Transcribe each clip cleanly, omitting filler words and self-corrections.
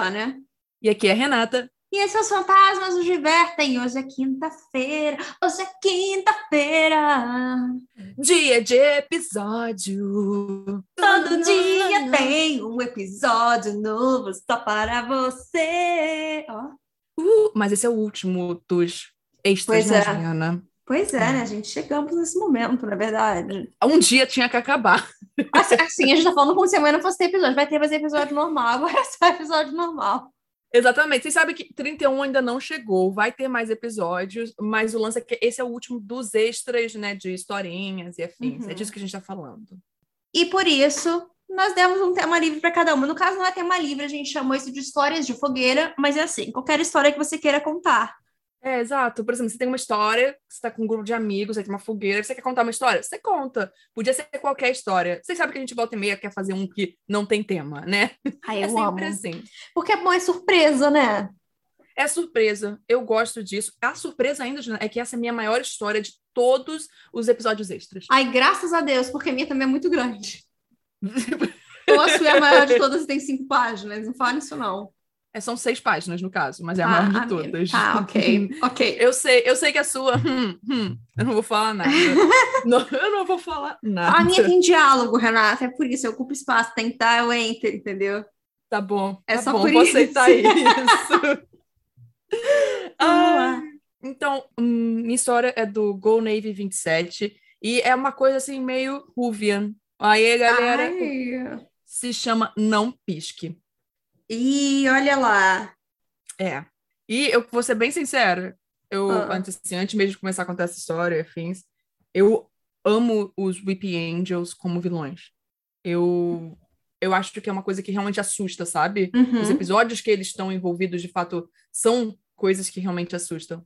já, né? E aqui é a Renata. E esses fantasmas nos divertem. Hoje é quinta-feira. Hoje é quinta-feira. Dia de episódio. Todo dia tem um episódio novo só para você. Ó. Mas esse é o último dos extras, Pois né, é. Juliana? Pois é, né, gente? Chegamos nesse momento, na verdade. Um dia tinha que acabar. Assim, a gente tá falando como se amanhã não fosse ter episódio. Vai ter mais episódio normal. Agora é só episódio normal. Exatamente. Vocês sabem que 31 ainda não chegou. Vai ter mais episódios, mas o lance é que esse é o último dos extras, né? De historinhas e afins. Uhum. É disso que a gente tá falando. E por isso, nós demos um tema livre para cada uma. No caso, não é tema livre, a gente chamou isso de histórias de fogueira, mas é assim, qualquer história que você queira contar. É, exato. Por exemplo, você tem uma história, você tá com um grupo de amigos, aí tem uma fogueira, você quer contar uma história? Você conta. Podia ser qualquer história. Vocês sabem que a gente volta e meia quer fazer um que não tem tema, né? Ai, É eu sempre amo. assim. Porque é bom, é surpresa, né? É surpresa. Eu gosto disso. A surpresa ainda, Juliana, é que essa é a minha maior história de todos os episódios extras. Ai, graças a Deus, porque a minha também é muito grande. Ou a sua é a maior de todas e tem 5 páginas. Não fala isso, não. São 6 páginas, no caso, mas é a maior de todas. Tá, ok. Eu sei que a sua... eu não vou falar nada. Eu não vou falar nada. A minha tem diálogo, Renata, é por isso. Eu ocupo espaço, tentar, eu enter, entendeu? Tá bom, É tá só bom, por vou isso. aceitar isso. Vamos lá. Então, minha história é do Go Navy 27 e é uma coisa assim meio Ruvian. Aí, galera, Ai. se chama Não Pisque. E olha lá. É. E eu vou ser bem sincera, antes mesmo de começar a contar essa história, afins, eu amo os Weeping Angels como vilões. Eu acho que é uma coisa que realmente assusta, sabe? Uhum. Os episódios que eles estão envolvidos, de fato, são coisas que realmente assustam.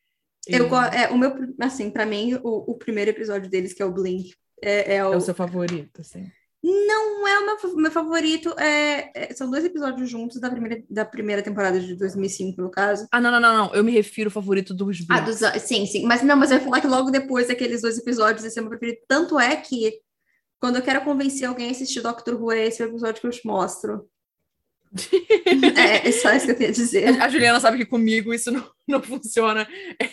O meu, assim, pra mim, o primeiro episódio deles, que é o Blink, é o seu favorito, assim. Não é o meu favorito. São 2 episódios juntos da primeira temporada de 2005, no caso. Não. Eu me refiro ao favorito dos Blinks. Sim. Mas eu ia falar que logo depois daqueles 2 episódios, esse é o meu preferido. Tanto é que, quando eu quero convencer alguém a assistir Doctor Who, esse é o episódio que eu te mostro. É só isso que eu tenho a dizer. A Juliana sabe que comigo isso não funciona.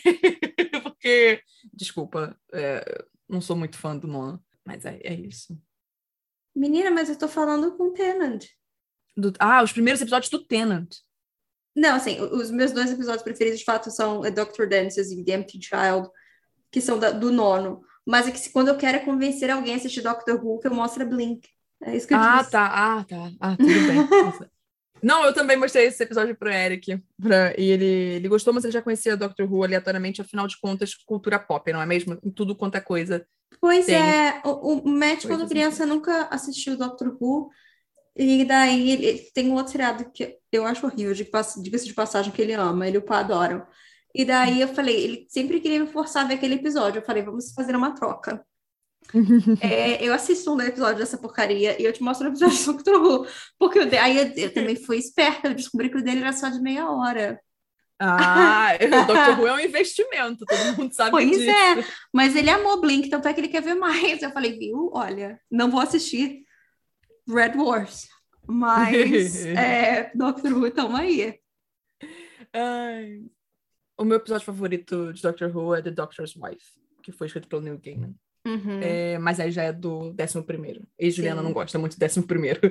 Porque, desculpa, não sou muito fã do Nolan, mas é isso. Menina, mas eu tô falando com o Tennant. Os primeiros episódios do Tennant. Não, assim, os meus 2 episódios preferidos, de fato, são Dr. Dances e The Empty Child, que são do 9º. Mas é que quando eu quero convencer alguém a assistir Doctor Who, que eu mostro a Blink. É isso que eu disse. Tá. Tudo bem. Não, eu também mostrei esse episódio pro Eric. E ele gostou, mas ele já conhecia Doctor Who aleatoriamente, afinal de contas, cultura pop, não é mesmo? Em tudo quanto é coisa. Pois é, o Matt, quando criança, nunca assistiu Doctor Who. E daí ele tem um outro seriado que eu acho horrível, diga-se de passagem, que ele ama, ele e o Pá adoram. E daí eu falei, ele sempre queria me forçar a ver aquele episódio. Eu falei, vamos fazer uma troca. Eu assisto um episódio dessa porcaria e eu te mostro o episódio do Doctor Who. Porque eu também fui esperta, eu descobri que o dele era só de meia hora. O Doctor Who é um investimento, todo mundo sabe disso. Pois é, mas ele amou Blink, tanto é que ele quer ver mais. Eu falei, viu, olha, não vou assistir Red Wars, mas Doctor Who, tamo aí. Ai. O meu episódio favorito de Doctor Who é The Doctor's Wife, que foi escrito pelo Neil Gaiman. Uhum. Mas aí já é do 11º. E Juliana não gosta muito do 11º.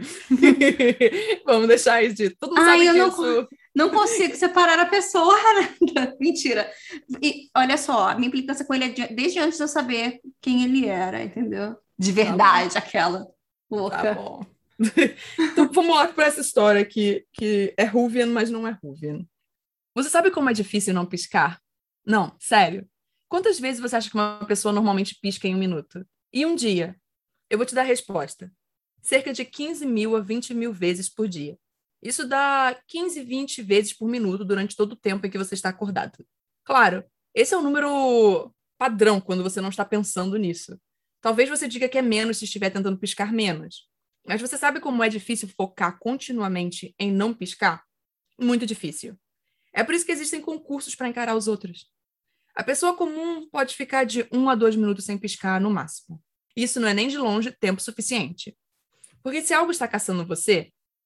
Vamos deixar isso de... Todo mundo sabe disso. Não consigo separar a pessoa. Mentira. E olha só, a minha implicância com ele é desde antes de eu saber quem ele era, entendeu? De verdade, aquela louca. Tá bom. Então vamos lá para essa história que é Ruvian, mas não é Ruvian. Você sabe como é difícil não piscar? Não, sério. Quantas vezes você acha que uma pessoa normalmente pisca em 1 minuto? E um dia? Eu vou te dar a resposta. Cerca de 15 mil a 20 mil vezes por dia. Isso dá 15, 20 vezes por minuto durante todo o tempo em que você está acordado. Claro, esse é o número padrão quando você não está pensando nisso. Talvez você diga que é menos se estiver tentando piscar menos. Mas você sabe como é difícil focar continuamente em não piscar? Muito difícil. É por isso que existem concursos para encarar os outros. A pessoa comum pode ficar de 1 a 2 minutos sem piscar no máximo. Isso não é nem de longe tempo suficiente. Porque se algo está caçando você,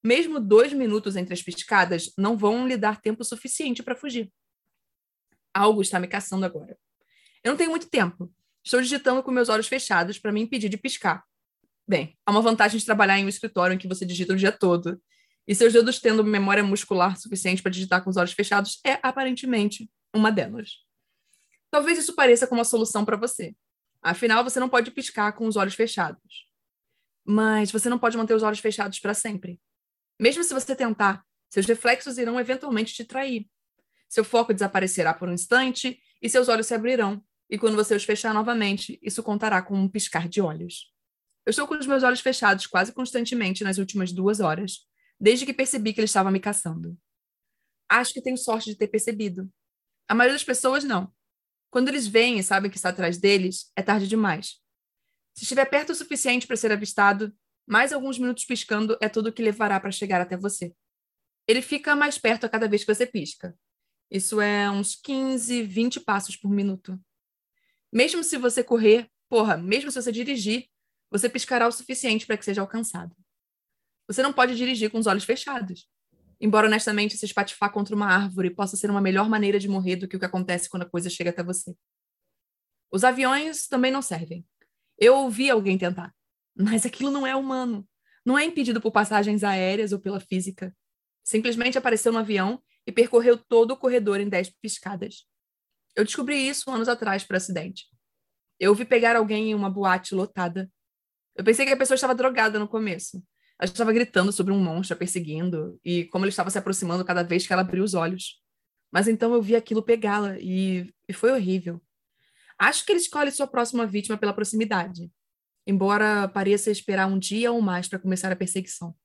Mesmo 2 minutos entre as piscadas não vão lhe dar tempo suficiente para fugir. Algo está me caçando agora. Eu não tenho muito tempo. Estou digitando com meus olhos fechados para me impedir de piscar. Bem, há uma vantagem de trabalhar em um escritório em que você digita o dia todo. E seus dedos tendo memória muscular suficiente para digitar com os olhos fechados é, aparentemente, uma delas. Talvez isso pareça como uma solução para você. Afinal, você não pode piscar com os olhos fechados. Mas você não pode manter os olhos fechados para sempre. Mesmo se você tentar, seus reflexos irão eventualmente te trair. Seu foco desaparecerá por um instante e seus olhos se abrirão. E quando você os fechar novamente, isso contará como um piscar de olhos. Eu estou com os meus olhos fechados quase constantemente nas últimas 2 horas, desde que percebi que ele estava me caçando. Acho que tenho sorte de ter percebido. A maioria das pessoas não. Quando eles veem e sabem que está atrás deles, é tarde demais. Se estiver perto o suficiente para ser avistado, mais alguns minutos piscando é tudo o que levará para chegar até você. Ele fica mais perto a cada vez que você pisca. Isso é uns 15, 20 passos por minuto. Mesmo se você correr, mesmo se você dirigir, você piscará o suficiente para que seja alcançado. Você não pode dirigir com os olhos fechados. Embora, honestamente, se espatifar contra uma árvore possa ser uma melhor maneira de morrer do que o que acontece quando a coisa chega até você. Os aviões também não servem. Eu ouvi alguém tentar. Mas aquilo não é humano. Não é impedido por passagens aéreas ou pela física. Simplesmente apareceu no avião e percorreu todo o corredor em 10 piscadas. Eu descobri isso anos atrás por acidente. Eu ouvi pegar alguém em uma boate lotada. Eu pensei que a pessoa estava drogada no começo. Ela estava gritando sobre um monstro a perseguindo e como ele estava se aproximando cada vez que ela abriu os olhos. Mas então eu vi aquilo pegá-la e foi horrível. Acho que ele escolhe sua próxima vítima pela proximidade, embora pareça esperar um dia ou mais para começar a perseguição.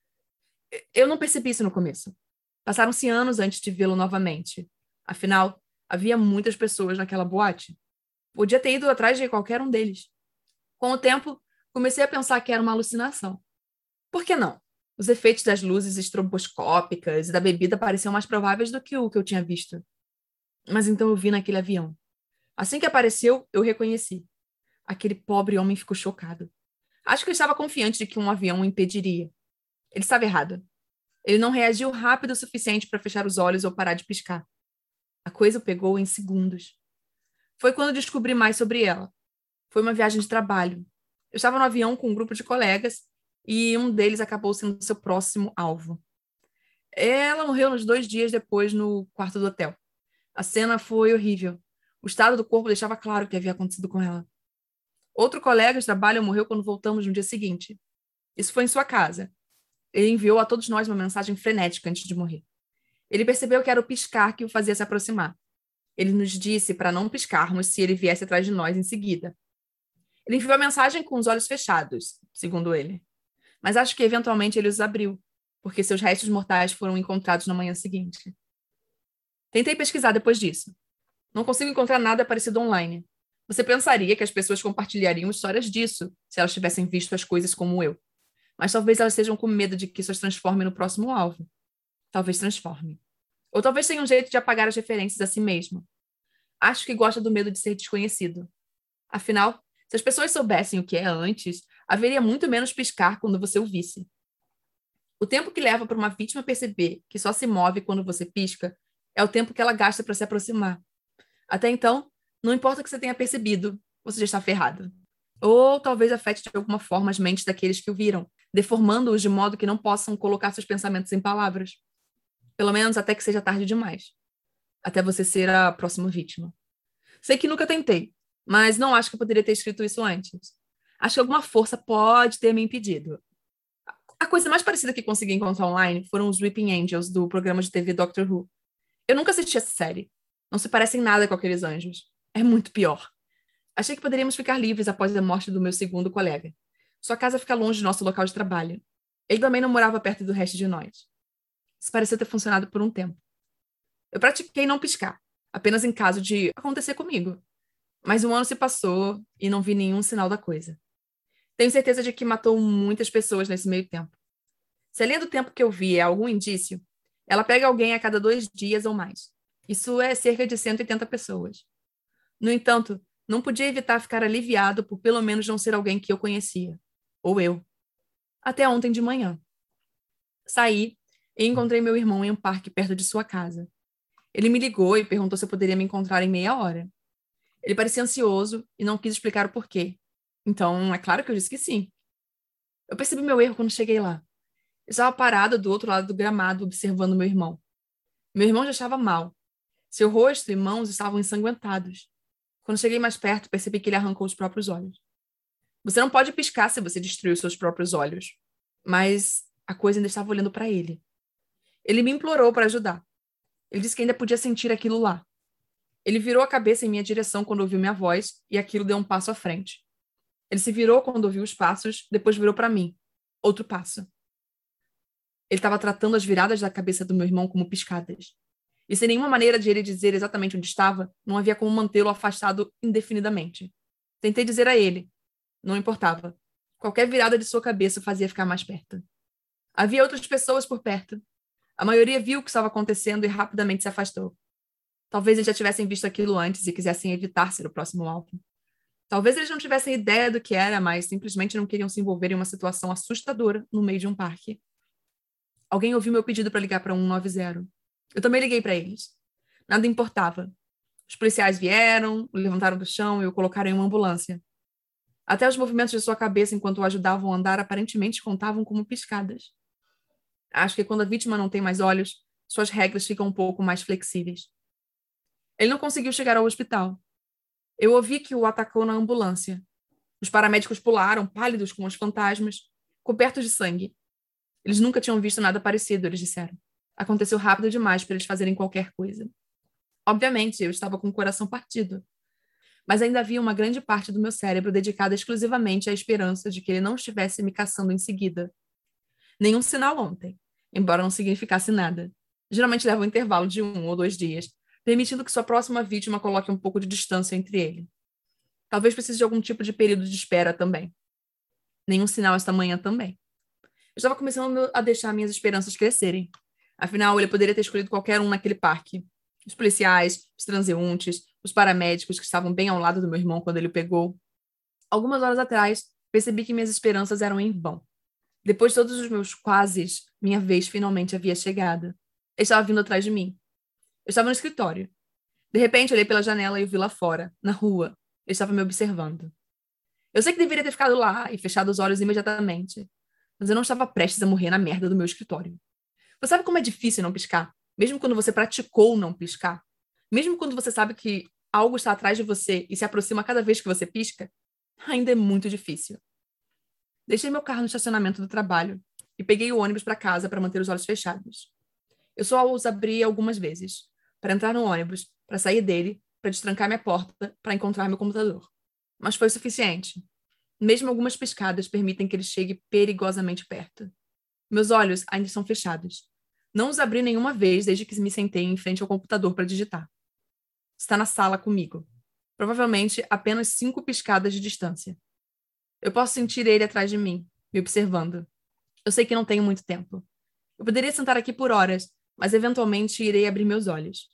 Eu não percebi isso no começo. Passaram-se anos antes de vê-lo novamente. Afinal, havia muitas pessoas naquela boate. Podia ter ido atrás de qualquer um deles. Com o tempo, comecei a pensar que era uma alucinação. Por que não? Os efeitos das luzes estroboscópicas e da bebida pareciam mais prováveis do que o que eu tinha visto. Mas então eu vi naquele avião. Assim que apareceu, eu o reconheci. Aquele pobre homem ficou chocado. Acho que ele estava confiante de que um avião o impediria. Ele estava errado. Ele não reagiu rápido o suficiente para fechar os olhos ou parar de piscar. A coisa o pegou em segundos. Foi quando descobri mais sobre ela. Foi uma viagem de trabalho. Eu estava no avião com um grupo de colegas e um deles acabou sendo seu próximo alvo. Ela morreu uns 2 dias depois no quarto do hotel. A cena foi horrível. O estado do corpo deixava claro o que havia acontecido com ela. Outro colega de trabalho morreu quando voltamos no dia seguinte. Isso foi em sua casa. Ele enviou a todos nós uma mensagem frenética antes de morrer. Ele percebeu que era o piscar que o fazia se aproximar. Ele nos disse para não piscarmos se ele viesse atrás de nós em seguida. Ele enviou a mensagem com os olhos fechados, segundo ele. Mas acho que eventualmente ele os abriu, porque seus restos mortais foram encontrados na manhã seguinte. Tentei pesquisar depois disso. Não consigo encontrar nada parecido online. Você pensaria que as pessoas compartilhariam histórias disso, se elas tivessem visto as coisas como eu. Mas talvez elas estejam com medo de que isso as transforme no próximo alvo. Talvez transforme. Ou talvez tenha um jeito de apagar as referências a si mesmo. Acho que gosta do medo de ser desconhecido. Afinal, se as pessoas soubessem o que é antes, haveria muito menos piscar quando você o visse. O tempo que leva para uma vítima perceber que só se move quando você pisca é o tempo que ela gasta para se aproximar. Até então, não importa o que você tenha percebido, você já está ferrado. Ou talvez afete de alguma forma as mentes daqueles que o viram, deformando-os de modo que não possam colocar seus pensamentos em palavras. Pelo menos até que seja tarde demais. Até você ser a próxima vítima. Sei que nunca tentei, mas não acho que eu poderia ter escrito isso antes. Acho que alguma força pode ter me impedido. A coisa mais parecida que consegui encontrar online foram os Weeping Angels do programa de TV Doctor Who. Eu nunca assisti essa série. Não se parecem nada com aqueles anjos. É muito pior. Achei que poderíamos ficar livres após a morte do meu segundo colega. Sua casa fica longe do nosso local de trabalho. Ele também não morava perto do resto de nós. Isso pareceu ter funcionado por um tempo. Eu pratiquei não piscar, apenas em caso de acontecer comigo. Mas um ano se passou e não vi nenhum sinal da coisa. Tenho certeza de que matou muitas pessoas nesse meio tempo. Se a linha do tempo que eu vi é algum indício, ela pega alguém a cada 2 dias ou mais. Isso é cerca de 180 pessoas. No entanto, não podia evitar ficar aliviado por pelo menos não ser alguém que eu conhecia. Ou eu. Até ontem de manhã. Saí e encontrei meu irmão em um parque perto de sua casa. Ele me ligou e perguntou se eu poderia me encontrar em meia hora. Ele parecia ansioso e não quis explicar o porquê. Então, é claro que eu disse que sim. Eu percebi meu erro quando cheguei lá. Eu estava parada do outro lado do gramado, observando meu irmão. Meu irmão já estava mal. Seu rosto e mãos estavam ensanguentados. Quando cheguei mais perto, percebi que ele arrancou os próprios olhos. Você não pode piscar se você destruiu seus próprios olhos. Mas a coisa ainda estava olhando para ele. Ele me implorou para ajudar. Ele disse que ainda podia sentir aquilo lá. Ele virou a cabeça em minha direção quando ouviu minha voz e aquilo deu um passo à frente. Ele se virou quando ouviu os passos, depois virou para mim. Outro passo. Ele estava tratando as viradas da cabeça do meu irmão como piscadas. E sem nenhuma maneira de ele dizer exatamente onde estava, não havia como mantê-lo afastado indefinidamente. Tentei dizer a ele. Não importava. Qualquer virada de sua cabeça fazia ficar mais perto. Havia outras pessoas por perto. A maioria viu o que estava acontecendo e rapidamente se afastou. Talvez eles já tivessem visto aquilo antes e quisessem evitar ser o próximo alvo. Talvez eles não tivessem ideia do que era, mas simplesmente não queriam se envolver em uma situação assustadora no meio de um parque. Alguém ouviu meu pedido para ligar para 190. Eu também liguei para eles. Nada importava. Os policiais vieram, o levantaram do chão e o colocaram em uma ambulância. Até os movimentos de sua cabeça enquanto o ajudavam a andar aparentemente contavam como piscadas. Acho que quando a vítima não tem mais olhos, suas regras ficam um pouco mais flexíveis. Ele não conseguiu chegar ao hospital. Eu ouvi que o atacou na ambulância. Os paramédicos pularam, pálidos como os fantasmas, cobertos de sangue. Eles nunca tinham visto nada parecido, eles disseram. Aconteceu rápido demais para eles fazerem qualquer coisa. Obviamente, eu estava com o coração partido. Mas ainda havia uma grande parte do meu cérebro dedicada exclusivamente à esperança de que ele não estivesse me caçando em seguida. Nenhum sinal ontem, embora não significasse nada. Geralmente leva um intervalo de 1 ou 2 dias, permitindo que sua próxima vítima coloque um pouco de distância entre ele. Talvez precise de algum tipo de período de espera também. Nenhum sinal esta manhã também. Eu estava começando a deixar minhas esperanças crescerem. Afinal, ele poderia ter escolhido qualquer um naquele parque. Os policiais, os transeuntes, os paramédicos que estavam bem ao lado do meu irmão quando ele o pegou. Algumas horas atrás, percebi que minhas esperanças eram em vão. Depois de todos os meus quases, minha vez finalmente havia chegado. Ele estava vindo atrás de mim. Eu estava no escritório. De repente, olhei pela janela e o vi lá fora, na rua. Ele estava me observando. Eu sei que deveria ter ficado lá e fechado os olhos imediatamente, mas eu não estava prestes a morrer na merda do meu escritório. Você sabe como é difícil não piscar? Mesmo quando você praticou não piscar? Mesmo quando você sabe que algo está atrás de você e se aproxima cada vez que você pisca? Ainda é muito difícil. Deixei meu carro no estacionamento do trabalho e peguei o ônibus para casa para manter os olhos fechados. Eu só os abri algumas vezes, para entrar no ônibus, para sair dele, para destrancar minha porta, para encontrar meu computador. Mas foi o suficiente. Mesmo algumas piscadas permitem que ele chegue perigosamente perto. Meus olhos ainda estão fechados. Não os abri nenhuma vez desde que me sentei em frente ao computador para digitar. Está na sala comigo. Provavelmente apenas 5 piscadas de distância. Eu posso sentir ele atrás de mim, me observando. Eu sei que não tenho muito tempo. Eu poderia sentar aqui por horas, mas eventualmente irei abrir meus olhos.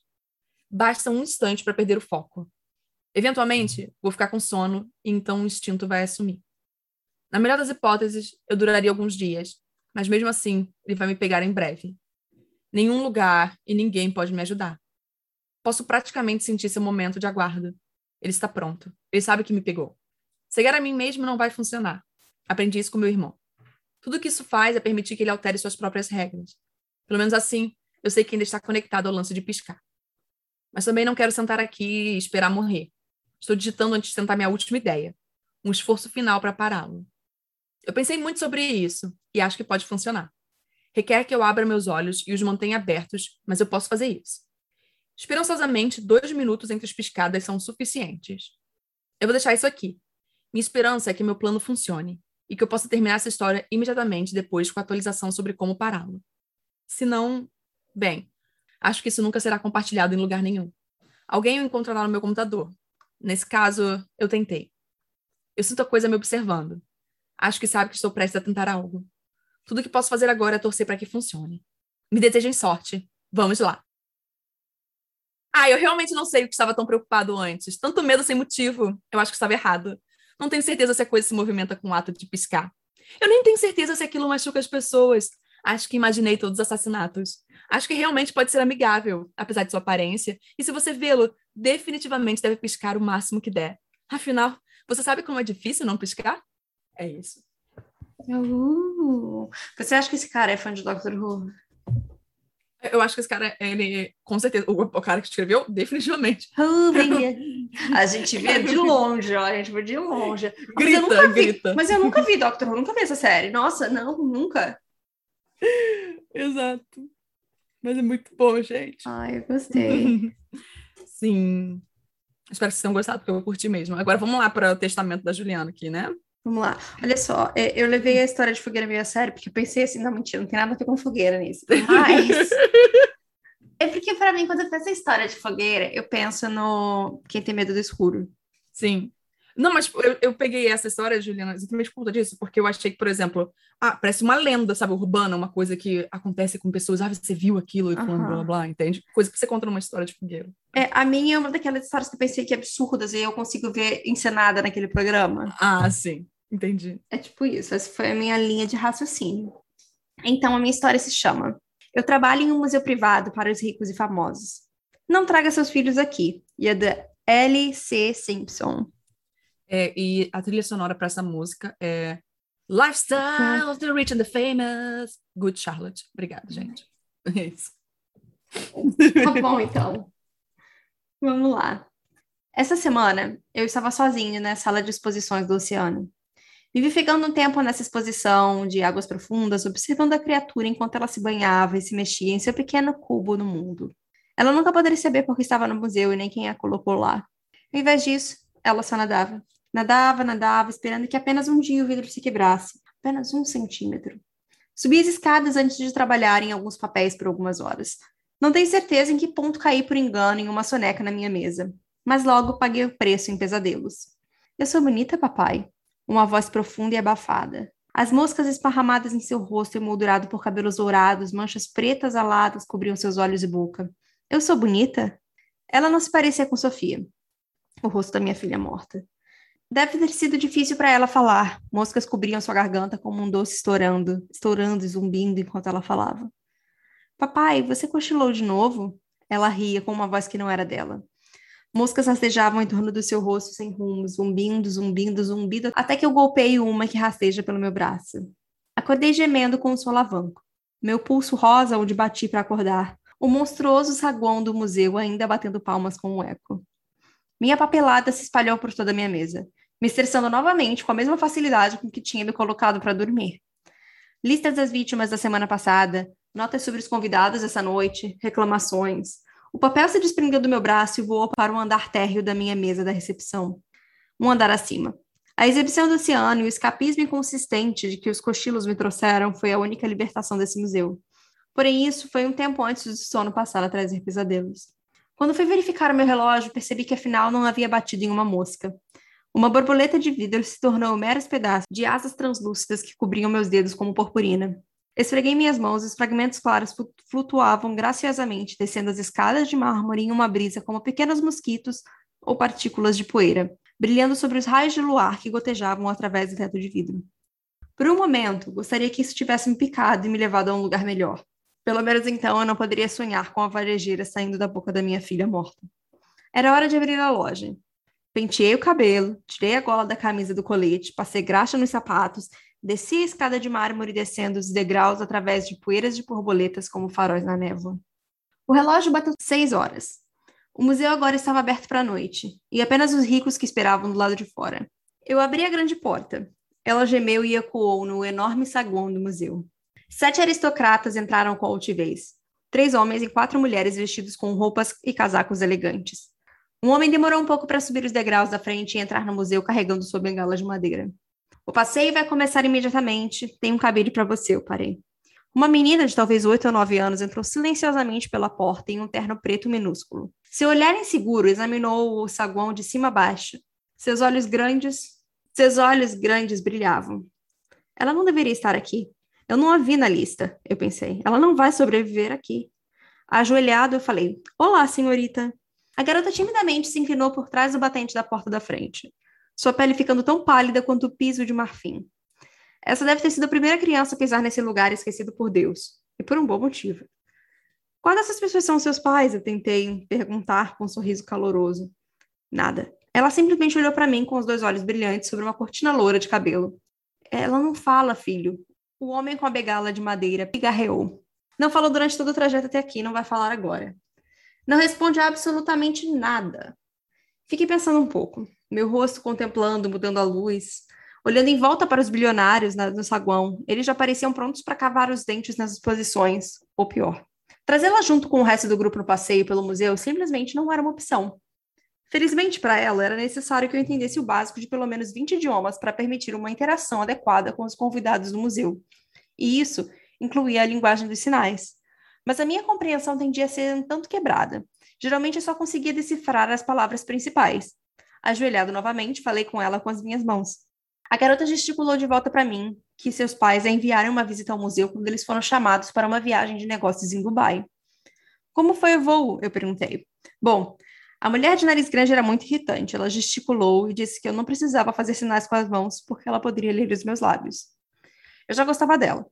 Basta um instante para perder o foco. Eventualmente, vou ficar com sono e então o instinto vai assumir. Na melhor das hipóteses, eu duraria alguns dias, mas mesmo assim, ele vai me pegar em breve. Nenhum lugar e ninguém pode me ajudar. Posso praticamente sentir seu momento de aguardo. Ele está pronto. Ele sabe que me pegou. Cegar a mim mesmo não vai funcionar. Aprendi isso com meu irmão. Tudo que isso faz é permitir que ele altere suas próprias regras. Pelo menos assim, eu sei que ainda está conectado ao lance de piscar. Mas também não quero sentar aqui e esperar morrer. Estou digitando antes de tentar minha última ideia. Um esforço final para pará-lo. Eu pensei muito sobre isso e acho que pode funcionar. Requer que eu abra meus olhos e os mantenha abertos, mas eu posso fazer isso. Esperançosamente, 2 minutos entre as piscadas são suficientes. Eu vou deixar isso aqui. Minha esperança é que meu plano funcione e que eu possa terminar essa história imediatamente depois com a atualização sobre como pará-lo. Se não, bem, acho que isso nunca será compartilhado em lugar nenhum. Alguém o encontrará no meu computador. Nesse caso, eu tentei. Eu sinto a coisa me observando. Acho que sabe que estou prestes a tentar algo. Tudo que posso fazer agora é torcer para que funcione. Me desejem sorte. Vamos lá. Eu realmente não sei o que estava tão preocupado antes. Tanto medo sem motivo. Eu acho que estava errado. Não tenho certeza se a coisa se movimenta com o ato de piscar. Eu nem tenho certeza se aquilo machuca as pessoas. Acho que imaginei todos os assassinatos. Acho que realmente pode ser amigável, apesar de sua aparência. E se você vê-lo, definitivamente deve piscar o máximo que der. Afinal, você sabe como é difícil não piscar? É isso. Você acha que esse cara é fã de Doctor Who? Eu acho que esse cara, ele, com certeza, o cara que escreveu, definitivamente. A gente vê de longe, ó, a gente vê de longe. Grita. Mas eu nunca vi Doctor Who, nunca vi essa série. Nossa, não, nunca. Exato. Mas é muito bom, gente. Ai, eu gostei. Sim. Espero que vocês tenham gostado, porque eu curti mesmo. Agora vamos lá para o testamento da Juliana aqui, né? Vamos lá. Olha só, eu levei a história de fogueira meio a sério, porque eu pensei assim, não, mentira, não tem nada a ver com fogueira nisso. Mas é porque, para mim, quando eu penso em história de fogueira, eu penso no Quem Tem Medo do Escuro. Sim. Não, mas eu peguei essa história, Juliana, exatamente por conta disso, porque eu achei que, por exemplo, parece uma lenda, sabe, urbana, uma coisa que acontece com pessoas, você viu aquilo e falando blá, blá, blá, entende? Coisa que você conta numa história de fogueira. A minha é uma daquelas histórias que eu pensei que absurdas e eu consigo ver encenada naquele programa. Sim, entendi. É tipo isso, essa foi a minha linha de raciocínio. Então, a minha história se chama Eu Trabalho em um Museu Privado para os Ricos e Famosos. Não traga seus filhos aqui. E é da L.C. Simpson. E a trilha sonora para essa música é Lifestyle of the Rich and the Famous. Good Charlotte. Obrigada, gente. É isso. Tá bom, então. Vamos lá. Essa semana, eu estava sozinha na sala de exposições do oceano. Vivi ficando um tempo nessa exposição de águas profundas, observando a criatura enquanto ela se banhava e se mexia em seu pequeno cubo no mundo. Ela nunca poderia saber por que estava no museu e nem quem a colocou lá. Ao invés disso, ela só nadava. Nadava, esperando que apenas um dia o vidro se quebrasse. Apenas 1 centímetro. Subi as escadas antes de trabalhar em alguns papéis por algumas horas. Não tenho certeza em que ponto caí por engano em uma soneca na minha mesa. Mas logo paguei o preço em pesadelos. Eu sou bonita, papai? Uma voz profunda e abafada. As moscas esparramadas em seu rosto emoldurado por cabelos dourados, manchas pretas aladas cobriam seus olhos e boca. Eu sou bonita? Ela não se parecia com Sofia, o rosto da minha filha morta. Deve ter sido difícil para ela falar. Moscas cobriam sua garganta como um doce estourando e zumbindo enquanto ela falava. Papai, você cochilou de novo? Ela ria com uma voz que não era dela. Moscas rastejavam em torno do seu rosto sem rumo, zumbindo, até que eu golpeei uma que rasteja pelo meu braço. Acordei gemendo com um solavanco. Meu pulso rosa onde bati para acordar. O monstruoso saguão do museu ainda batendo palmas com um eco. Minha papelada se espalhou por toda a minha mesa, me estressando novamente com a mesma facilidade com que tinha me colocado para dormir. Listas das vítimas da semana passada, notas sobre os convidados essa noite, reclamações. O papel se desprendeu do meu braço e voou para um andar térreo da minha mesa da recepção. Um andar acima. A exibição do oceano e o escapismo inconsistente de que os cochilos me trouxeram foi a única libertação desse museu. Porém, isso foi um tempo antes do sono passar a trazer pesadelos. Quando fui verificar o meu relógio, percebi que afinal não havia batido em uma mosca. Uma borboleta de vidro se tornou meros pedaços de asas translúcidas que cobriam meus dedos como purpurina. Esfreguei minhas mãos e os fragmentos claros flutuavam graciosamente, descendo as escadas de mármore em uma brisa como pequenos mosquitos ou partículas de poeira, brilhando sobre os raios de luar que gotejavam através do teto de vidro. Por um momento, gostaria que isso tivesse me picado e me levado a um lugar melhor. Pelo menos então eu não poderia sonhar com a varejeira saindo da boca da minha filha morta. Era hora de abrir a loja. Penteei o cabelo, tirei a gola da camisa do colete, passei graxa nos sapatos, desci a escada de mármore descendo os degraus através de poeiras de borboletas como faróis na névoa. O relógio bateu 6 horas. O museu agora estava aberto para a noite, e apenas os ricos que esperavam do lado de fora. Eu abri a grande porta. Ela gemeu e ecoou no enorme saguão do museu. 7 aristocratas entraram com altivez. 3 homens e 4 mulheres vestidos com roupas e casacos elegantes. Um homem demorou um pouco para subir os degraus da frente e entrar no museu carregando sua bengala de madeira. O passeio vai começar imediatamente. Tem um cabide para você, eu parei. Uma menina de talvez 8 ou 9 anos entrou silenciosamente pela porta em um terno preto minúsculo. Seu olhar inseguro examinou o saguão de cima a baixo. Seus olhos grandes brilhavam. Ela não deveria estar aqui. Eu não a vi na lista, eu pensei. Ela não vai sobreviver aqui. Ajoelhado, eu falei, olá, senhorita. A garota timidamente se inclinou por trás do batente da porta da frente, sua pele ficando tão pálida quanto o piso de marfim. Essa deve ter sido a primeira criança a pisar nesse lugar esquecido por Deus. E por um bom motivo. Qual dessas pessoas são seus pais? Eu tentei perguntar com um sorriso caloroso. Nada. Ela simplesmente olhou para mim com os 2 olhos brilhantes sobre uma cortina loura de cabelo. Ela não fala, filho. O homem com a bengala de madeira pigarreou. Não falou durante todo o trajeto até aqui, não vai falar agora. Não responde a absolutamente nada. Fiquei pensando um pouco. Meu rosto contemplando, mudando a luz. Olhando em volta para os bilionários no saguão. Eles já pareciam prontos para cavar os dentes nas exposições. Ou pior. Trazê-la junto com o resto do grupo no passeio pelo museu simplesmente não era uma opção. Felizmente para ela, era necessário que eu entendesse o básico de pelo menos 20 idiomas para permitir uma interação adequada com os convidados do museu. E isso incluía a linguagem dos sinais. Mas a minha compreensão tendia a ser um tanto quebrada. Geralmente eu só conseguia decifrar as palavras principais. Ajoelhado novamente, falei com ela com as minhas mãos. A garota gesticulou de volta para mim que seus pais a enviaram uma visita ao museu quando eles foram chamados para uma viagem de negócios em Dubai. Como foi o voo? Eu perguntei. Bom, a mulher de nariz grande era muito irritante. Ela gesticulou e disse que eu não precisava fazer sinais com as mãos porque ela poderia ler os meus lábios. Eu já gostava dela.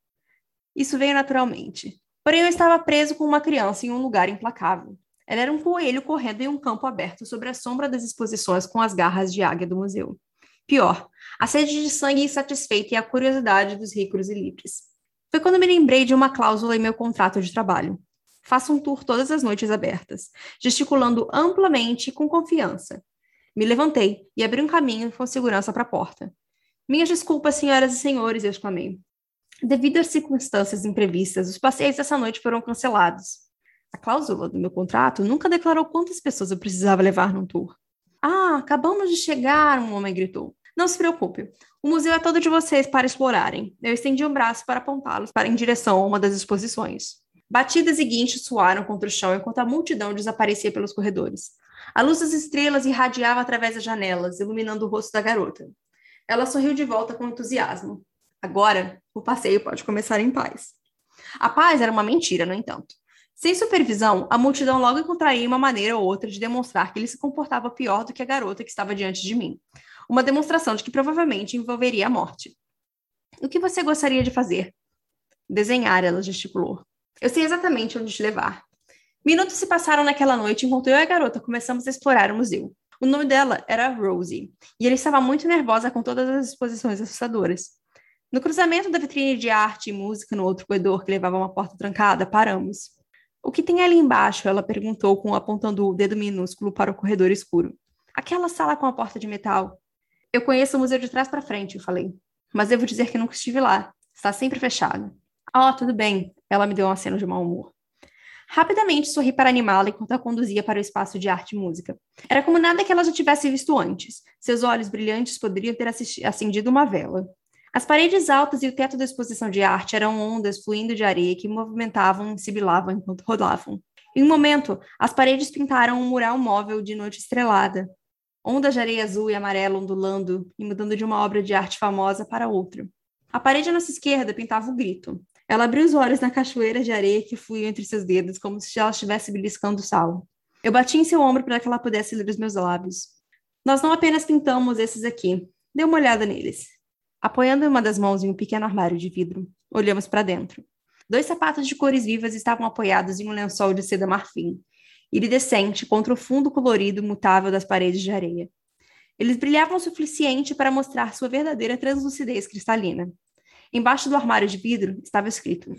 Isso veio naturalmente. Porém, eu estava preso com uma criança em um lugar implacável. Ela era um coelho correndo em um campo aberto sobre a sombra das exposições com as garras de águia do museu. Pior, a sede de sangue insatisfeita e a curiosidade dos ricos e livres. Foi quando me lembrei de uma cláusula em meu contrato de trabalho. Faça um tour todas as noites abertas, gesticulando amplamente e com confiança. Me levantei e abri um caminho com segurança para a porta. Minhas desculpas, senhoras e senhores, eu exclamei. Devido às circunstâncias imprevistas, os passeios dessa noite foram cancelados. A cláusula do meu contrato nunca declarou quantas pessoas eu precisava levar num tour. Ah, acabamos de chegar, um homem gritou. Não se preocupe, o museu é todo de vocês para explorarem. Eu estendi um braço para apontá-los em direção a uma das exposições. Batidas e guinchos soaram contra o chão enquanto a multidão desaparecia pelos corredores. A luz das estrelas irradiava através das janelas, iluminando o rosto da garota. Ela sorriu de volta com entusiasmo. Agora, o passeio pode começar em paz. A paz era uma mentira, no entanto. Sem supervisão, a multidão logo encontraria uma maneira ou outra de demonstrar que ele se comportava pior do que a garota que estava diante de mim. Uma demonstração de que provavelmente envolveria a morte. O que você gostaria de fazer? Desenhar, ela gesticulou. Eu sei exatamente onde te levar. Minutos se passaram naquela noite enquanto eu e a garota começamos a explorar o museu. O nome dela era Rosie, e ela estava muito nervosa com todas as exposições assustadoras. No cruzamento da vitrine de arte e música no outro corredor que levava a uma porta trancada, paramos. O que tem ali embaixo? Ela perguntou, apontando o dedo minúsculo para o corredor escuro. Aquela sala com a porta de metal. Eu conheço o museu de trás para frente, eu falei. Mas devo dizer que nunca estive lá. Está sempre fechado. Oh, tudo bem. Ela me deu um aceno de mau humor. Rapidamente sorri para animá-la enquanto a conduzia para o espaço de arte e música. Era como nada que ela já tivesse visto antes. Seus olhos brilhantes poderiam ter acendido uma vela. As paredes altas e o teto da exposição de arte eram ondas fluindo de areia que movimentavam e sibilavam enquanto rodavam. Em um momento, as paredes pintaram um mural móvel de noite estrelada. Ondas de areia azul e amarela ondulando e mudando de uma obra de arte famosa para outra. A parede à nossa esquerda pintava o grito. Ela abriu os olhos na cachoeira de areia que fluía entre seus dedos, como se ela estivesse beliscando sal. Eu bati em seu ombro para que ela pudesse ler os meus lábios. Nós não apenas pintamos esses aqui. Dê uma olhada neles. Apoiando uma das mãos em um pequeno armário de vidro, olhamos para dentro. 2 sapatos de cores vivas estavam apoiados em um lençol de seda marfim, iridescente contra o fundo colorido mutável das paredes de areia. Eles brilhavam o suficiente para mostrar sua verdadeira translucidez cristalina. Embaixo do armário de vidro estava escrito: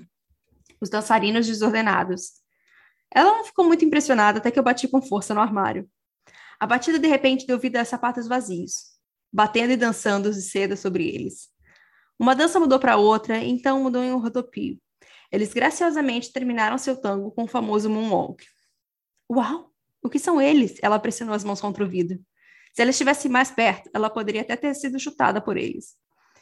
Os dançarinos desordenados. Ela não ficou muito impressionada até que eu bati com força no armário. A batida de repente deu vida a sapatos vazios, batendo e dançando de seda sobre eles. Uma dança mudou para outra, e então mudou em um rodopio. Eles graciosamente terminaram seu tango com o famoso moonwalk. Uau! O que são eles? Ela pressionou as mãos contra o vidro. Se ela estivesse mais perto, ela poderia até ter sido chutada por eles.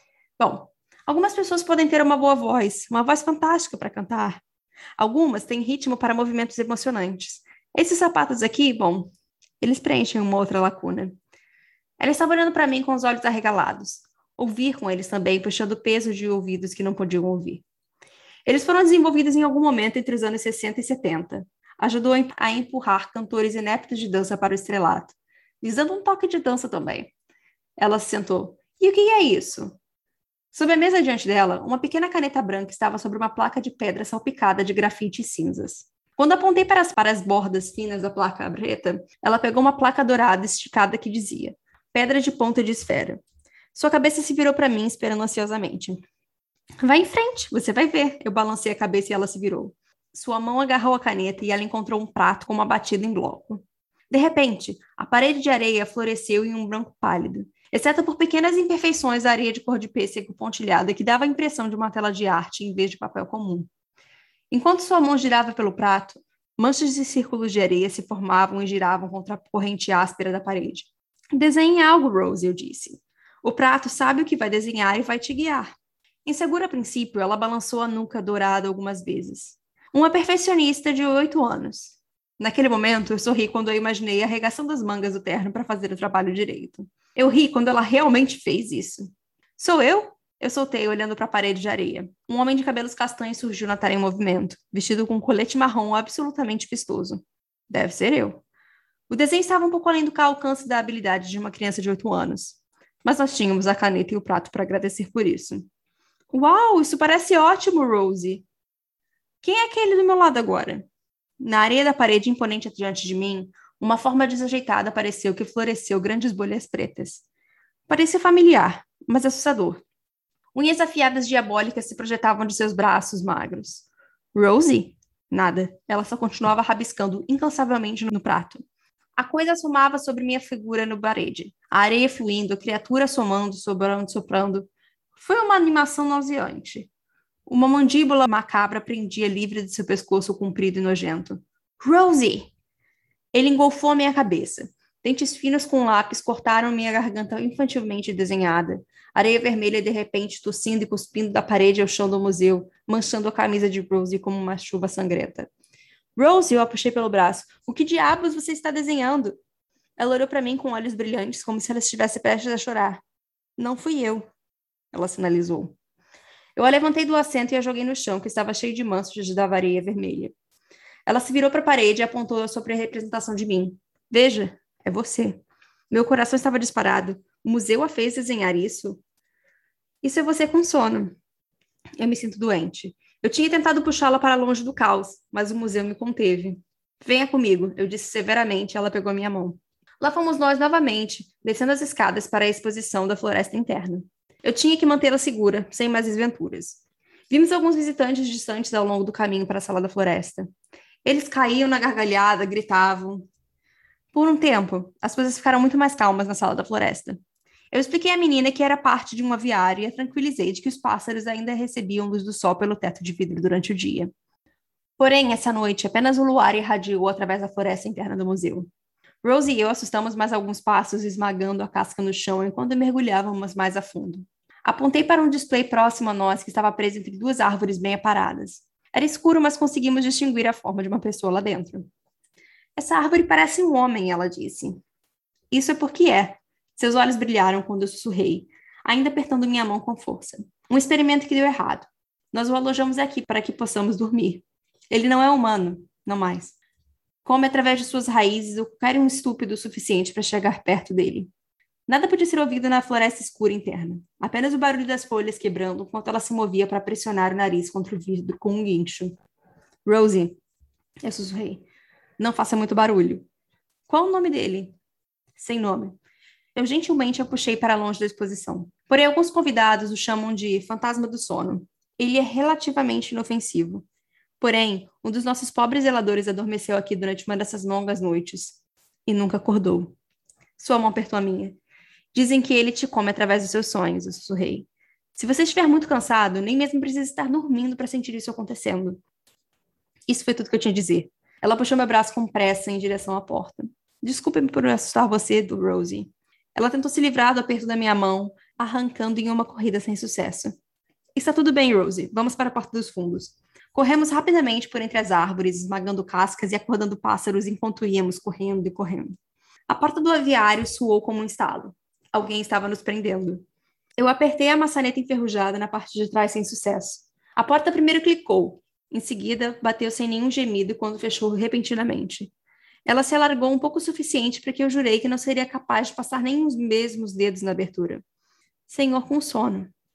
Bom, algumas pessoas podem ter uma boa voz, uma voz fantástica para cantar. Algumas têm ritmo para movimentos emocionantes. Esses sapatos aqui, bom, eles preenchem uma outra lacuna. Ela estava olhando para mim com os olhos arregalados. Ouvir com eles também, puxando o peso de ouvidos que não podiam ouvir. Eles foram desenvolvidos em algum momento entre os anos 60 e 70. Ajudou a empurrar cantores ineptos de dança para o estrelato, lhes dando um toque de dança também. Ela se sentou. E o que é isso? Sob a mesa diante dela, uma pequena caneta branca estava sobre uma placa de pedra salpicada de grafite e cinzas. Quando apontei para as bordas finas da placa preta, ela pegou uma placa dourada esticada que dizia: Pedra de ponta de esfera. Sua cabeça se virou para mim, esperando ansiosamente. Vai em frente, você vai ver. Eu balancei a cabeça e ela se virou. Sua mão agarrou a caneta e ela encontrou um prato com uma batida em bloco. De repente, a parede de areia floresceu em um branco pálido, exceto por pequenas imperfeições da areia de cor de pêssego pontilhada que dava a impressão de uma tela de arte em vez de papel comum. Enquanto sua mão girava pelo prato, manchas e círculos de areia se formavam e giravam contra a corrente áspera da parede. Desenhe algo, Rose, eu disse. O prato sabe o que vai desenhar e vai te guiar. Insegura a princípio, ela balançou a nuca dourada algumas vezes. Uma perfeccionista de 8 anos. Naquele momento, eu sorri quando eu imaginei a arregaçando as mangas do terno para fazer o trabalho direito. Eu ri quando ela realmente fez isso. Sou eu? Eu soltei, olhando para a parede de areia. Um homem de cabelos castanhos surgiu na tela em movimento, vestido com um colete marrom absolutamente vistoso. Deve ser eu. O desenho estava um pouco além do alcance da habilidade de uma criança de 8 anos. Mas nós tínhamos a caneta e o prato para agradecer por isso. Uau, isso parece ótimo, Rose. Quem é aquele do meu lado agora? Na areia da parede imponente diante de mim, uma forma desajeitada apareceu que floresceu grandes bolhas pretas. Parecia familiar, mas assustador. Unhas afiadas diabólicas se projetavam de seus braços magros. Rosie? Nada. Ela só continuava rabiscando incansavelmente no prato. A coisa assomava sobre minha figura no parede. A areia fluindo, a criatura assomando, sobrando, soprando. Foi uma animação nauseante. Uma mandíbula macabra prendia livre de seu pescoço comprido e nojento. Rosie! Ele engolfou a minha cabeça. Dentes finos com lápis cortaram minha garganta infantilmente desenhada. Areia vermelha de repente tossindo e cuspindo da parede ao chão do museu, manchando a camisa de Rosie como uma chuva sangrenta. Rosie, eu a puxei pelo braço. O que diabos você está desenhando? Ela olhou para mim com olhos brilhantes, como se ela estivesse prestes a chorar. Não fui eu, ela sinalizou. Eu a levantei do assento e a joguei no chão, que estava cheio de manchas da areia vermelha. Ela se virou para a parede e apontou a sua representação de mim. Veja, é você. Meu coração estava disparado. O museu a fez desenhar isso? Isso é você com sono. Eu me sinto doente. Eu tinha tentado puxá-la para longe do caos, mas o museu me conteve. Venha comigo, eu disse severamente, e ela pegou minha mão. Lá fomos nós novamente, descendo as escadas para a exposição da floresta interna. Eu tinha que mantê-la segura, sem mais desventuras. Vimos alguns visitantes distantes ao longo do caminho para a sala da floresta. Eles caíam na gargalhada, gritavam. Por um tempo, as coisas ficaram muito mais calmas na sala da floresta. Eu expliquei à menina que era parte de um aviário e a tranquilizei de que os pássaros ainda recebiam luz do sol pelo teto de vidro durante o dia. Porém, essa noite, apenas o luar irradiou através da floresta interna do museu. Rose e eu assustamos mais alguns passos, esmagando a casca no chão enquanto mergulhávamos mais a fundo. Apontei para um display próximo a nós que estava preso entre duas árvores bem aparadas. Era escuro, mas conseguimos distinguir a forma de uma pessoa lá dentro. Essa árvore parece um homem, ela disse. Isso é porque é. Seus olhos brilharam quando eu sussurrei, ainda apertando minha mão com força. Um experimento que deu errado. Nós o alojamos aqui para que possamos dormir. Ele não é humano, não mais. Come através de suas raízes ou qualquer um estúpido o suficiente para chegar perto dele. Nada podia ser ouvido na floresta escura interna. Apenas o barulho das folhas quebrando enquanto ela se movia para pressionar o nariz contra o vidro com um guincho. Rosie, eu sussurrei. Não faça muito barulho. Qual o nome dele? Sem nome. Eu gentilmente a puxei para longe da exposição. Porém, alguns convidados o chamam de fantasma do sono. Ele é relativamente inofensivo. Porém, um dos nossos pobres zeladores adormeceu aqui durante uma dessas longas noites. E nunca acordou. Sua mão apertou a minha. Dizem que ele te come através dos seus sonhos, eu sussurrei. Se você estiver muito cansado, nem mesmo precisa estar dormindo para sentir isso acontecendo. Isso foi tudo que eu tinha a dizer. Ela puxou meu braço com pressa em direção à porta. Desculpe-me por assustar você, do Rosie. Ela tentou se livrar do aperto da minha mão, arrancando em uma corrida sem sucesso. Está tudo bem, Rosie. Vamos para a porta dos fundos. Corremos rapidamente por entre as árvores, esmagando cascas e acordando pássaros enquanto íamos correndo e correndo. A porta do aviário soou como um estalo. Alguém estava nos prendendo. Eu apertei a maçaneta enferrujada na parte de trás sem sucesso. A porta primeiro clicou. Em seguida, bateu sem nenhum gemido quando fechou repentinamente. Ela se alargou um pouco o suficiente para que eu jurei que não seria capaz de passar nem os mesmos dedos na abertura. Senhor com sono.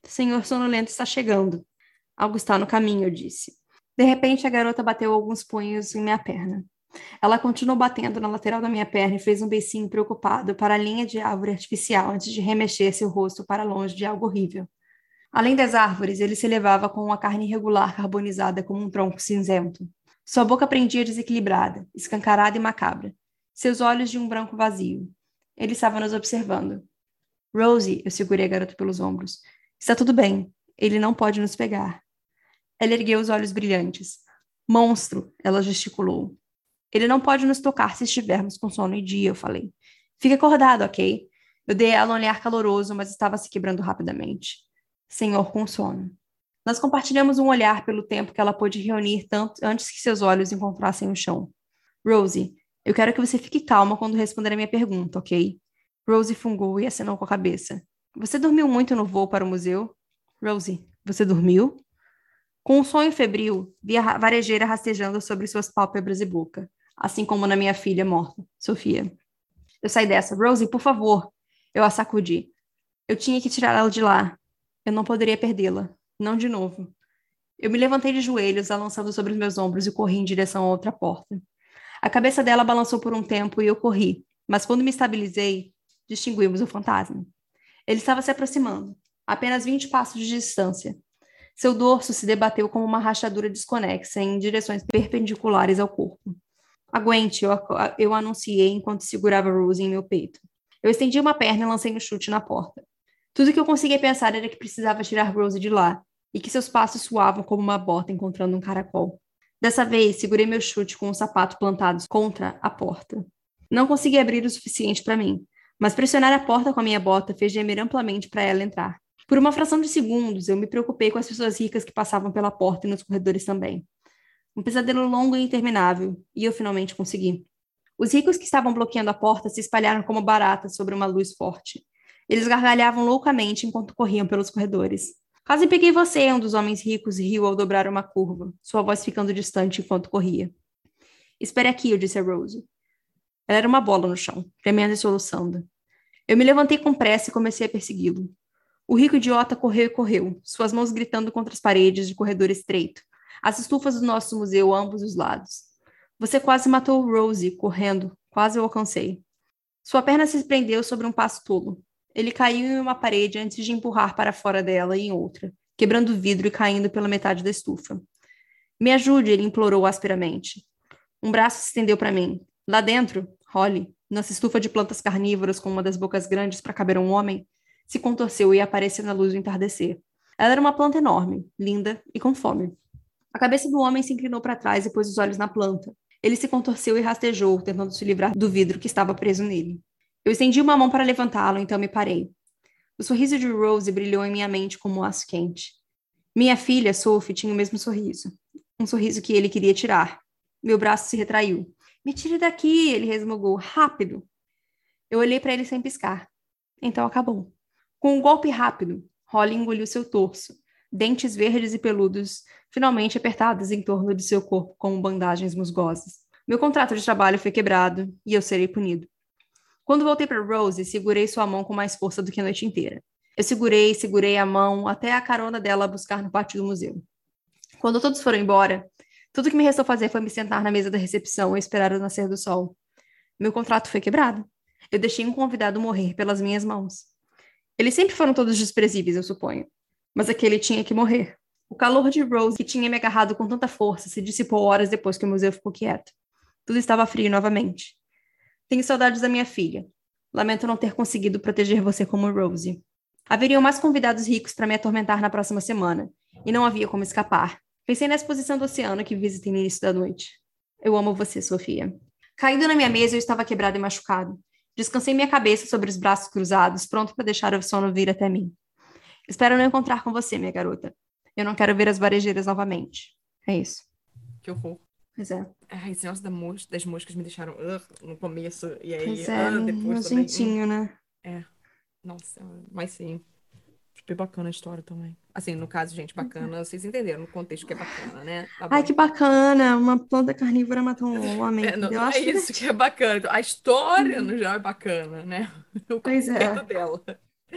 Senhor sonolento está chegando. Algo está no caminho, eu disse. De repente, a garota bateu alguns punhos em minha perna. Ela continuou batendo na lateral da minha perna e fez um beicinho preocupado para a linha de árvore artificial antes de remexer seu rosto para longe de algo horrível. Além das árvores, ele se elevava com uma carne irregular carbonizada como um tronco cinzento. Sua boca prendia desequilibrada, escancarada e macabra. Seus olhos de um branco vazio. Ele estava nos observando. Rosie, eu segurei a garota pelos ombros. Está tudo bem. Ele não pode nos pegar. Ela ergueu os olhos brilhantes. Monstro, ela gesticulou. Ele não pode nos tocar se estivermos com sono e dia, eu falei. Fique acordado, ok? Eu dei a ela um olhar caloroso, mas estava se quebrando rapidamente. Senhor com sono. Nós compartilhamos um olhar pelo tempo que ela pôde reunir tanto antes que seus olhos encontrassem o chão. Rosie, eu quero que você fique calma quando responder a minha pergunta, ok? Rosie fungou e acenou com a cabeça. Você dormiu muito no voo para o museu? Rosie, você dormiu? Com um sonho febril, vi a varejeira rastejando sobre suas pálpebras e boca, assim como na minha filha morta, Sofia. Eu saí dessa. Rosie, por favor. Eu a sacudi. Eu tinha que tirar ela de lá. Eu não poderia perdê-la. Não de novo. Eu me levantei de joelhos, a lançando sobre os meus ombros e corri em direção à outra porta. A cabeça dela balançou por um tempo e eu corri, mas quando me estabilizei, distinguimos o fantasma. Ele estava se aproximando, apenas 20 passos de distância. Seu dorso se debateu como uma rachadura desconexa em direções perpendiculares ao corpo. Aguente, eu anunciei enquanto segurava Rose em meu peito. Eu estendi uma perna e lancei um chute na porta. Tudo que eu conseguia pensar era que precisava tirar Rose de lá, e que seus passos suavam como uma bota encontrando um caracol. Dessa vez, segurei meu chute com um sapato plantado contra a porta. Não consegui abrir o suficiente para mim, mas pressionar a porta com a minha bota fez gemer amplamente para ela entrar. Por uma fração de segundos, eu me preocupei com as pessoas ricas que passavam pela porta e nos corredores também. Um pesadelo longo e interminável, e eu finalmente consegui. Os ricos que estavam bloqueando a porta se espalharam como baratas sobre uma luz forte. Eles gargalhavam loucamente enquanto corriam pelos corredores. Quase peguei você, um dos homens ricos riu ao dobrar uma curva, sua voz ficando distante enquanto corria. Espere aqui, eu disse a Rose. Ela era uma bola no chão, tremendo e soluçando. Eu me levantei com pressa e comecei a persegui-lo. O rico idiota correu e correu, suas mãos gritando contra as paredes de corredor estreito, as estufas do nosso museu a ambos os lados. Você quase matou Rose, correndo, quase o alcancei. Sua perna se prendeu sobre um passo tolo. Ele caiu em uma parede antes de empurrar para fora dela e em outra, quebrando o vidro e caindo pela metade da estufa. Me ajude, ele implorou asperamente. Um braço se estendeu para mim. Lá dentro, Holly, nessa estufa de plantas carnívoras com uma das bocas grandes para caber um homem, se contorceu e apareceu na luz do entardecer. Ela era uma planta enorme, linda e com fome. A cabeça do homem se inclinou para trás e pôs os olhos na planta. Ele se contorceu e rastejou, tentando se livrar do vidro que estava preso nele. Eu estendi uma mão para levantá-lo, então me parei. O sorriso de Rose brilhou em minha mente como um aço quente. Minha filha, Sophie, tinha o mesmo sorriso. Um sorriso que ele queria tirar. Meu braço se retraiu. Me tire daqui, ele resmungou. Rápido! Eu olhei para ele sem piscar. Então acabou. Com um golpe rápido, Holly engoliu seu torso, dentes verdes e peludos, finalmente apertados em torno de seu corpo como bandagens musgosas. Meu contrato de trabalho foi quebrado e eu serei punido. Quando voltei para Rose, segurei sua mão com mais força do que a noite inteira. Eu segurei a mão até a carona dela buscar no pátio do museu. Quando todos foram embora, tudo que me restou fazer foi me sentar na mesa da recepção e esperar o nascer do sol. Meu contrato foi quebrado. Eu deixei um convidado morrer pelas minhas mãos. Eles sempre foram todos desprezíveis, eu suponho. Mas aquele tinha que morrer. O calor de Rose, que tinha me agarrado com tanta força, se dissipou horas depois que o museu ficou quieto. Tudo estava frio novamente. Tenho saudades da minha filha. Lamento não ter conseguido proteger você como Rose. Haveriam mais convidados ricos para me atormentar na próxima semana, e não havia como escapar. Pensei na exposição do oceano que visitei no início da noite. Eu amo você, Sofia. Caído na minha mesa, eu estava quebrado e machucado. Descansei minha cabeça sobre os braços cruzados, pronto para deixar o sono vir até mim. Espero não encontrar com você, minha garota. Eu não quero ver as varejeiras novamente. É isso. Que horror. Pois é. Ai, esse negócio das moscas me deixaram no começo, e aí Pois é, depois também. nojentinho, né? É, nossa, mas sim. Super bacana a história também. Assim, no caso, gente, bacana, vocês entenderam no contexto que é bacana, né? Tá Ai, bom. que bacana! Uma planta carnívora matou um homem. Não, Eu não é acho isso que divertido. é bacana. A história no geral é bacana, né? O Pois conceito é. dela.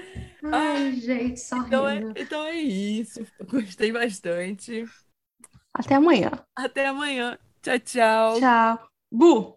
Ai, gente, só rindo. Então é isso. Gostei bastante. Até amanhã. Até amanhã. Tchau, tchau. Tchau. Bu!